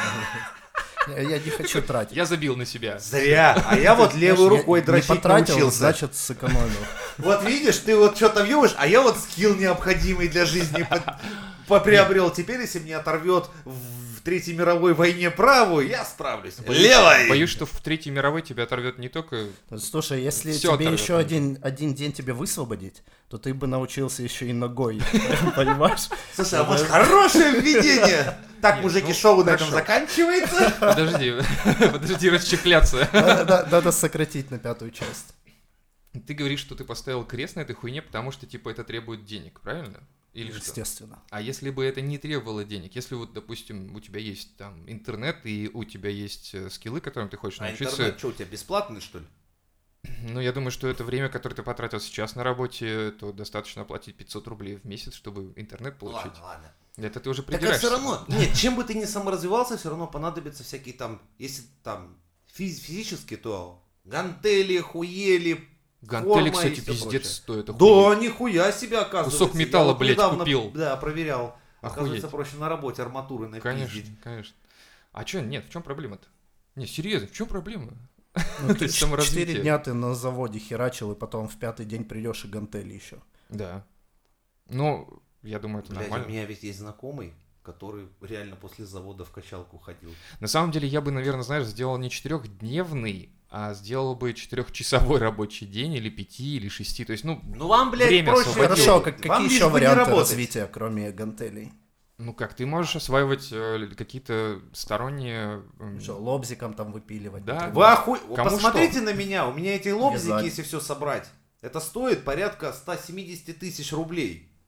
Я не хочу тратить. Я забил на себя. Зря. А я вот левой рукой дрочить не потратил, научился. значит, сэкономил. Вот видишь, ты вот что-то въебаешь, а я вот скилл необходимый для жизни приобрел. Теперь, если мне оторвет в Третьей мировой войне правую, я справлюсь. Левой! Боюсь, что в Третьей мировой тебя оторвет не только... Слушай, если Всё тебе оторвёт. еще один день тебе высвободить, то ты бы научился еще и ногой, понимаешь? Слушай, а может хорошее введение? Так, Нет, мужики, ну, шоу на этом хорошо. заканчивается. Подожди расчехляться. Надо сократить на 5-ю часть. Ты говоришь, что ты поставил крест на этой хуйне, потому что, типа, это требует денег, правильно? Или что? Естественно. А если бы это не требовало денег? Если вот, допустим, у тебя есть там интернет, и у тебя есть скиллы, которым ты хочешь А научиться... интернет что, у тебя бесплатный, что ли? Ну, я думаю, что это время, которое ты потратил сейчас на работе, то достаточно оплатить 500 рублей в месяц, чтобы интернет получить. Ладно. Это ты уже Так а придираешься. все равно, нет, чем бы ты ни саморазвивался, все равно понадобятся всякие там, если там физически, то гантели, хуели, Гантели, форма кстати, и всё пиздец прочее. стоит. Да, нихуя себе, оказывается. Кусок металла, Я вот блядь, недавно, купил. Да, проверял. Оказывается, Охуеть. проще на работе арматуры напиздить. Конечно, конечно. А что, нет, в чем проблема-то? Не, серьезно, в чем проблема? Ну, То есть саморазвитие. 4 дня ты на заводе херачил, и потом в 5-й день придешь и гантели еще. Да. Ну, я думаю, это Блядь, нормально. у меня ведь есть знакомый, который реально после завода в качалку ходил. На самом деле, я бы, наверное, знаешь, сделал не 4-дневный, а сделал бы 4-часовой рабочий день, или 5, или 6. То есть, ну, Ну вам, блядь, Время проще. освободил. Хорошо, делать. какие Вам лишь еще бы не варианты работать. развития, кроме гантелей? ну как, ты можешь осваивать какие-то сторонние... Что, лобзиком там выпиливать? Да. например? Вы Кому посмотрите на меня, у меня эти лобзики, Вязать. если все собрать, это стоит порядка 170 тысяч рублей.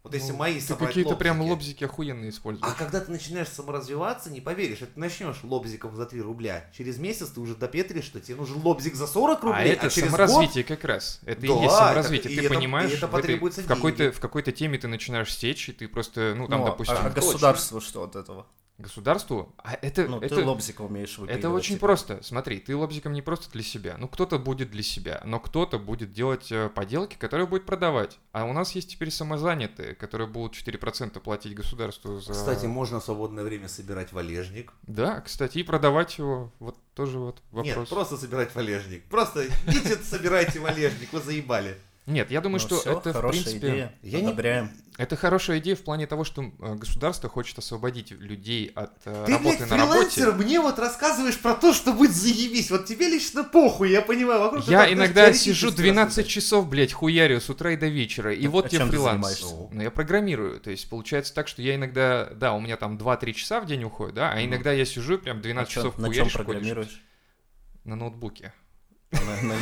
Вот если мои Ты собрать какие-то прям лобзики. лобзики охуенные используешь. А когда ты начинаешь саморазвиваться, не поверишь, ты начнешь лобзиком за 3 рубля. Через месяц ты уже допетришь, что тебе нужен лобзик за 40 рублей, А это через саморазвитие как раз. Это Да, и есть саморазвитие. это- Ты и это- понимаешь, и это потребуется в деньги. какой-то теме ты начинаешь сечь, и ты просто, ну, там, Ну, допустим, а государству что от этого? государству, а это, Ну, это, ты лобзика умеешь выпиливать. это очень типа. просто. Смотри, ты лобзиком не просто для себя. Ну, кто-то будет для себя, но кто-то будет делать поделки, которые будет продавать. А у нас есть теперь самозанятые, которые будут 4% платить государству за... Кстати, можно в свободное время собирать валежник. Да, кстати, и продавать его. Вот тоже вот вопрос. Нет, просто собирать валежник. Просто идите, собирайте валежник, вы заебали. Нет, я думаю, Ну, что всё, это, в хорошая принципе... идея. Я не- Одобряем. Это хорошая идея в плане того, что государство хочет освободить людей от Ты, работы блядь, на работе. фрилансер, мне вот рассказываешь про то, что будет заебись. Вот тебе лично похуй, я понимаю. Вокруг Я это, иногда знаешь, сижу теоретически 12 рассуждать. часов, блядь, хуярю с утра и до вечера, и вот А тебе чем ты фриланс. занимаешься? Ну, я программирую, то есть получается так, что я иногда, да, у меня там 2-3 часа в день уходит, да, а иногда я сижу прям 12 часов На чем хуяришь, программируешь? на ноутбуке. На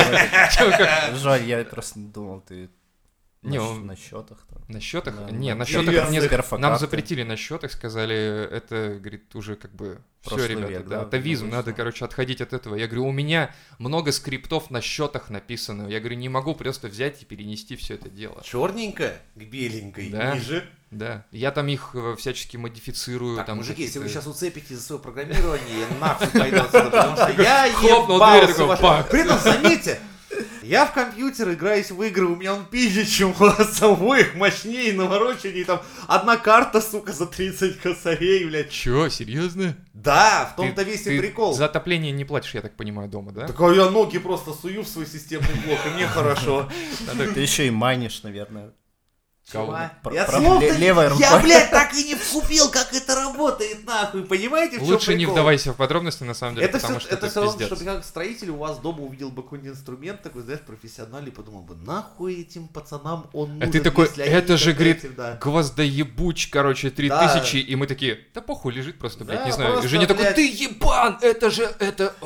языке. Жаль, я просто думал, ты Не, на счетах там. На счетах? Да, Не, да. на счетах Интересно. мне Перфокарты. нам запретили на счетах, сказали, это, говорит, уже как бы все, Прошлый ребята, век, да, да, атовизм, ну, надо, что? короче, отходить от этого. Я говорю, у меня много скриптов на счетах написано. Я говорю, не могу просто взять и перенести все это дело. Черненькая к беленькой, Да. ниже. Да, я там их всячески модифицирую. Так, там мужики, если вы какие-то- сейчас уцепите за свое программирование, я нахуй пойду отсюда, потому что я Хлопнул дверь, ебался такой, ваш- пак. При этом, заметьте, я в компьютер играюсь в игры, у меня он пизже, чем у вас обоих, мощнее, навороченнее, там, одна карта, сука, за 30 косарей, блядь. Чё, серьезно? Да, в том-то весь и прикол. За отопление не платишь, я так понимаю, дома, да? Так а я ноги просто сую в свой системный блок, и мне хорошо. Ты еще и майнишь, наверное. Кого? Я Про- слов-то- левой Я, рукой. блядь, так и не вкупил, как это работает, нахуй, понимаете, в чем Лучше не прикол? вдавайся в подробности, на самом деле, Это потому все, что это все равно, пиздец. чтобы я как строитель у вас дома увидел бы какой-нибудь инструмент такой, знаешь, профессиональный, подумал бы, нахуй этим пацанам он нужен, А ты такой, если они это же, как говорит, эти, да. гвоздоебуч, короче, 3000, и мы такие, да похуй, лежит просто, блядь, Да, не знаю. И просто, Женя такой, блядь. ты ебан, это же, это...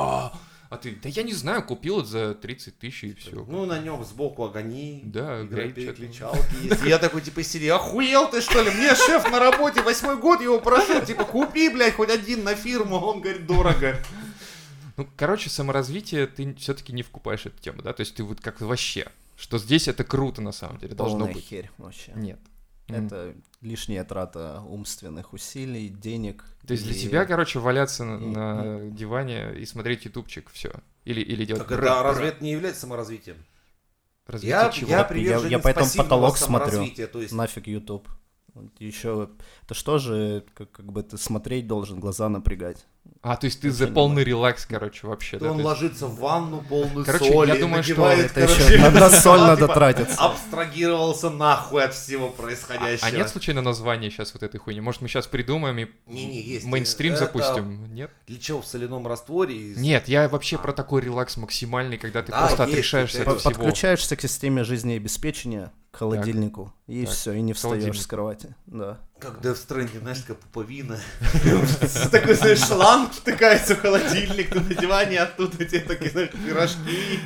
А ты, да я не знаю, купил это за 30 тысяч и все. Ну, на нем сбоку огонь, Да, грейп что-то. переключалки есть. Я такой, типа, сидел, охуел ты, что ли? Мне шеф на работе, 8-й год, его прошу, типа, купи, блядь, хоть один на фирму. Он говорит, дорого. Ну, короче, саморазвитие ты все-таки не вкупаешь эту тему, да? То есть ты вот как вообще, что здесь это круто на самом деле должно Полная быть. херь вообще. Нет. Это лишняя трата умственных усилий, денег. То есть для и- тебя, короче, валяться на, и- на диване и смотреть ютубчик, все. Или делать... Так это разве это не является саморазвитием? Развитие Я чего? приверженец я поэтому пассивного потолок смотрю. саморазвития, то есть Нафиг YouTube. Еще, это что же, как бы ты смотреть должен, глаза напрягать. А, то есть ты Ничего за не полный релакс, короче, вообще, да? он То есть- ложится в ванну полную Короче, соли, я думаю, что надевает, Это еще короче, на соль типа, надо тратиться. абстрагировался нахуй от всего А происходящего. нет случайно названия сейчас вот этой хуйни? Может, мы сейчас придумаем и Не, есть. мейнстрим Это запустим? Нет? Для чего в соляном растворе? Нет, я вообще про такой релакс максимальный, когда ты Да, просто есть, отрешаешься это от всего. Подключаешься к системе жизнеобеспечения, к холодильнику, и Так. все, и не встаешь Холодильник. с кровати. Да. Как Death Stranding, знаешь, такая пуповина. Такой, знаешь, шланг втыкается в холодильник, ты на диване, оттуда тебе такие, знаешь, пирожки.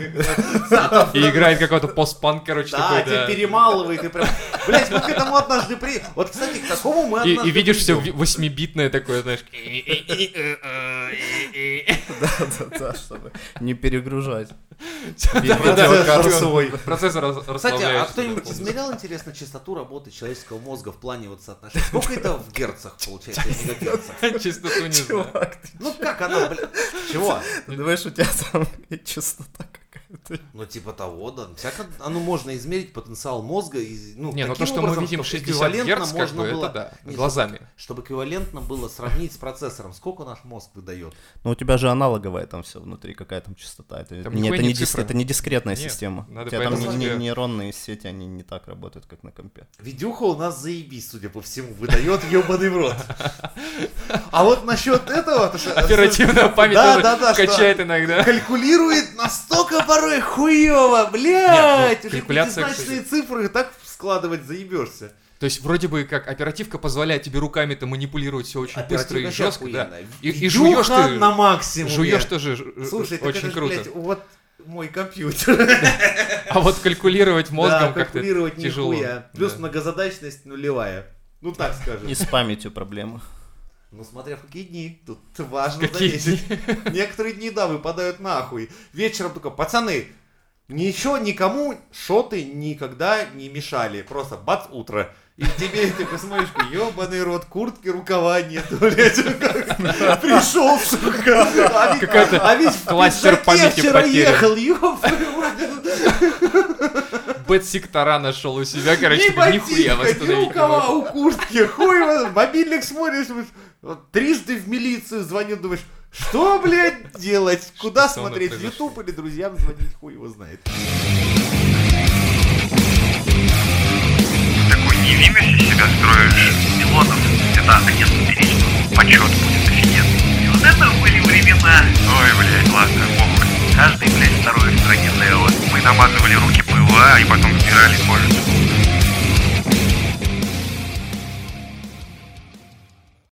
И играет какой-то постпанк, короче, Да, такой, тебя да. перемалывает, и прям... Блять, мы к этому однажды при... Вот, кстати, к такому мы однажды И видишь все придем. 8-битное такое, знаешь. Да, чтобы не перегружать. Процессор свой. Процессор Кстати, а расслабляешься. кто-нибудь измерял, интересно, частоту работы человеческого мозга в плане вот соотношения? Сколько это в герцах получается, в мегагерцах? Частоту не знаю. Чувак, Ну как она, блядь? Чего? ты думаешь, у тебя там частота какая-то? Ну типа того, да. Всяко, ну можно измерить потенциал мозга. Ну, Не, ну то, таким что мы образом, видим чтобы 60 эквивалентно Гц, как можно бы, было- это да, Нет, глазами. Чтобы эквивалентно было сравнить с процессором. Сколько наш мозг выдает? Ну, у тебя же аналоговая там все внутри, какая там частота. Это Там не, нихуя это не не, цифры. это не дискретная Нет, система. надо У тебя там поэтому не тебе- нейронные сети, они не так работают, как на компе. Видюха у нас заебись, судя по всему, выдает ебаный в рот. А вот насчет этого... то, что- Оперативная память Да, тоже да, да, что- качает иногда. Калькулирует настолько порой хуево, блядь! Нет, ну, Уже калькуляция, пятизначные цифры так складывать заебешься. То есть вроде бы как оперативка позволяет тебе руками-то манипулировать все очень быстро и Оперативка жестко, да. охуенная. И Видюха жуешь ты, на максимуме. жуешь тоже Слушай, так очень это же, круто. блядь, вот мой компьютер. А вот калькулировать мозгом как-то калькулировать тяжело. Нихуя. Плюс многозадачность нулевая. Ну так скажем. И с памятью проблемы. Ну смотря в какие дни. Тут важно заметить. Некоторые дни, да, выпадают нахуй. Вечером только, пацаны, ничего никому шоты никогда не мешали. Просто бац, утро. И тебе ты смотришь, ебаный рот, куртки, рукава нет, блядь. Пришел, сука. А ведь кластер памяти вчера потерян. ехал, ебаный. Бэт-сектора нашел у себя, короче, нихуя восстановить не рукава могу. у куртки, хуй его, мобильник смотришь, вот, трижды в милицию звонил, думаешь, что, блядь, делать? Куда Что смотреть? В произошло? YouTube или друзьям звонить, хуй его знает. Такой невинность из себя строишь пилотов. Это наконец-то перечку. Почет будет офигенный. И вот это были времена. Ой, блядь, ладно, похуй. Каждый, блядь, второй в стране ТЭО. Мы намазывали руки ПВА и потом сбирали кожу.